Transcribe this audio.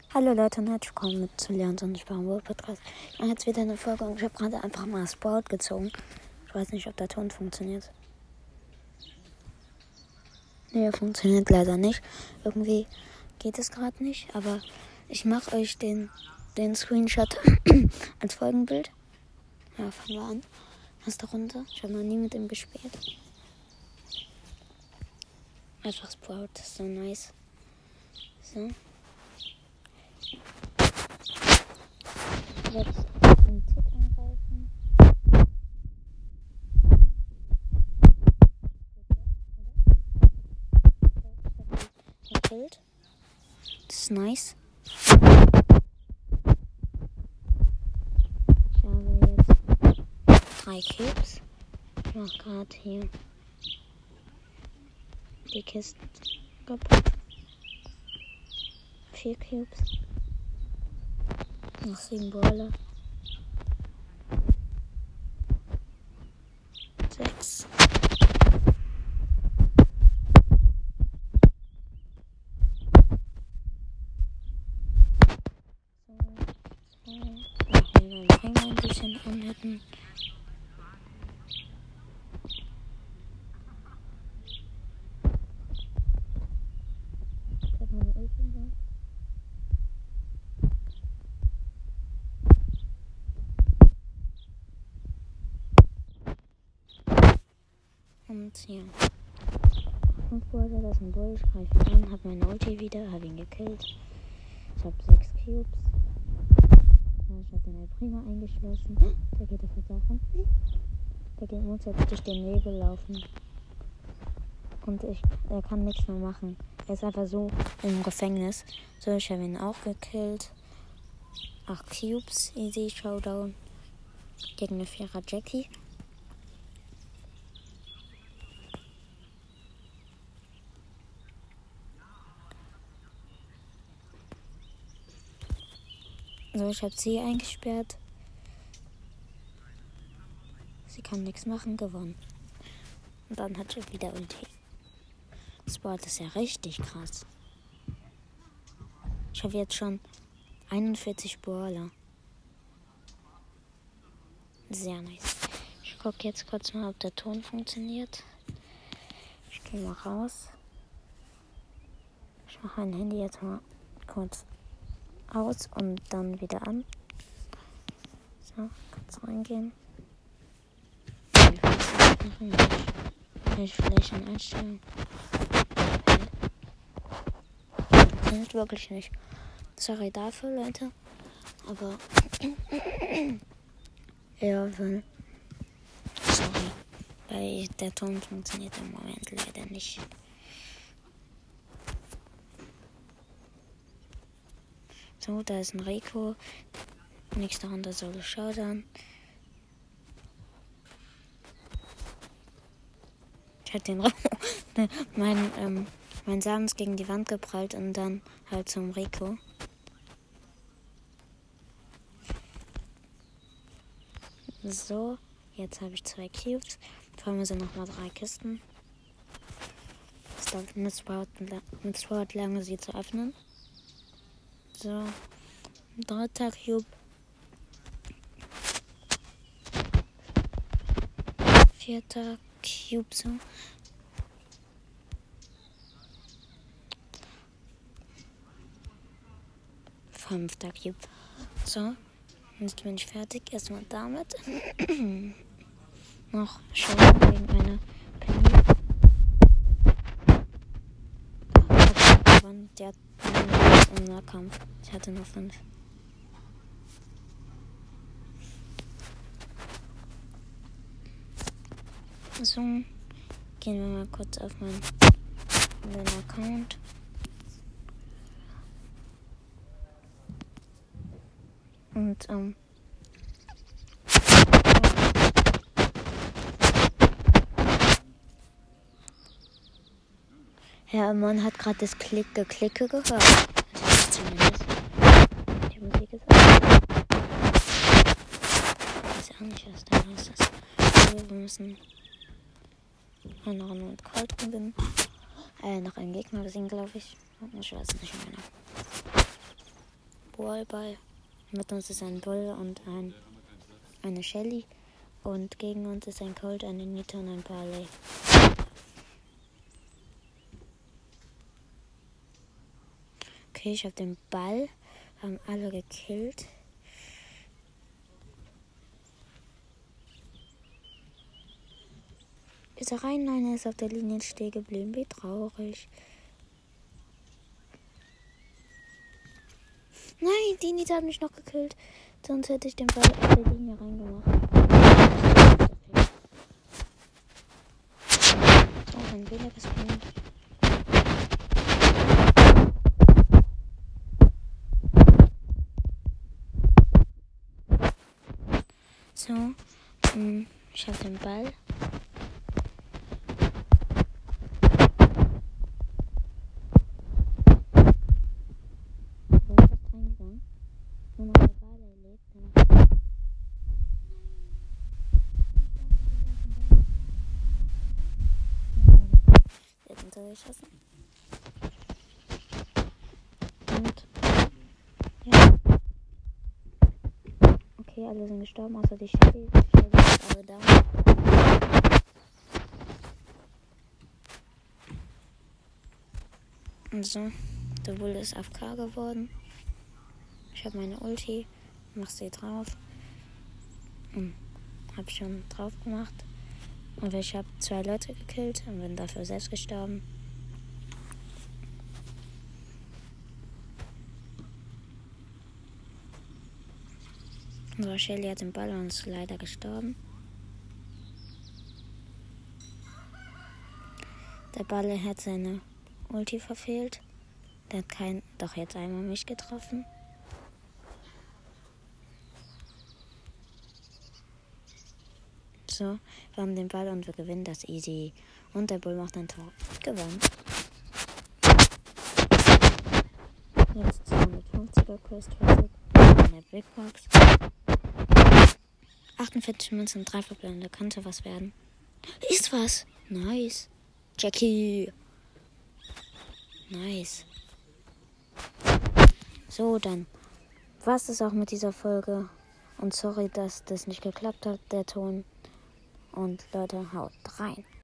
Hallo Leute und herzlich willkommen zu Leons und ich war im World Podcast. Ich mache jetzt wieder eine Folge und ich habe gerade einfach mal Sprout gezogen. Ich weiß nicht, ob der Ton funktioniert. Nee, funktioniert leider nicht. Irgendwie geht es gerade nicht, aber ich mache euch den Screenshot als Folgenbild. Ja, fangen wir an. Was ist da runter? Ich habe noch nie mit ihm gespielt. Einfach Sprout, das ist so nice. So. Jetzt den Tick angreifen. Gekillt. Das ist nice. Ich habe jetzt 3 Cubes. Ich mache gerade hier die Kisten kaputt. 4 Cubes. Noch 7 Brawler. 6. Noch hier meinen Finger ein bisschen anhitten. Ich habe meine Ulti da. Und hier. 5 Brawler, das ist ein Bull. Ich greife ihn an, habe meine Ulti wieder, habe ihn gekillt. Ich habe 6 Cubes. Ja, ich habe den El Primo eingeschlossen. Der geht auf Versachen. Der muss jetzt durch den Nebel laufen. Und er kann nichts mehr machen. Er ist einfach so im Gefängnis. So, ich habe ihn auch gekillt. 8 Cubes, easy Showdown. Gegen eine 4er Jackie. So, ich habe sie eingesperrt. Sie kann nichts machen, gewonnen. Und dann hat sie wieder Ulti. Sprout ist ja richtig krass. Ich habe jetzt schon 41 Brawler. Sehr nice. Ich gucke jetzt kurz mal, ob der Ton funktioniert. Ich gehe mal raus. Ich mache mein Handy jetzt mal kurz aus und dann wieder an. So, kurz reingehen. Ich vielleicht eine Einstellung. Funktioniert wirklich nicht. Sorry dafür, Leute. Aber ja, sorry. Weil der Ton funktioniert im Moment leider nicht. So, da ist ein Rico. Nächste Runde Solo Showdown. Ich hatte den mein Samen ist gegen die Wand geprallt und dann halt zum Rico. So, jetzt habe ich 2 Cubes. Vor allem sind nochmal 3 Kisten. Es dauert mit Sprout lange, sie zu öffnen. So, 3. Cube. 4. Cube so. 5. Cube. So, jetzt bin ich fertig. Erstmal damit. Noch schauen wegen einer Penny. Der hat im Nahkampf. Ich hatte noch 5. So, gehen wir mal kurz auf meinen Account. Und ja, man hat gerade das Geklicke gehört. Das ist zumindest. Die Musik ist auch. Ich weiß auch nicht, was da los ist. Also, wir müssen eine Runde mit Colt gewinnen. Noch einen Gegner gesehen, glaube ich. Ich weiß nicht mehr genau. Ballball. Mit uns ist ein Bull und eine Shelly. Und gegen uns ist ein Colt, eine Nita und ein Barley. Okay, ich habe den Ball. Haben alle gekillt. Ist er rein? Nein, er ist auf der Linie stehen geblieben. Wie traurig. Nein, die Nita hat mich noch gekillt. Sonst hätte ich den Ball auf der Linie reingemacht. Oh, ein Wähler gespawnt. So, ich habe den Ball. Nur noch der Ball erlebt. Jetzt sind sie geschossen. Und ja. Okay, alle sind gestorben, außer die Shelly. Die Shelly ist alle da. Und so, der Bull ist AFK geworden. Ich habe meine Ulti, mach sie drauf. Hab schon drauf gemacht. Und ich habe 2 Leute gekillt und bin dafür selbst gestorben. So, Shelly hat den Ball und ist leider gestorben. Der Ball hat seine Ulti verfehlt. Der hat doch jetzt einmal mich getroffen. So, wir haben den Ball und wir gewinnen das easy. Und der Bull macht ein Tor. Gewonnen. Jetzt 250er Quest fertig. In der Big Box. 48 Münzen, 3 verbleibende. Könnte was werden. Ist was. Nice. Jackie. Nice. So, dann war's es auch mit dieser Folge. Und sorry, dass das nicht geklappt hat, der Ton. Und Leute, haut rein.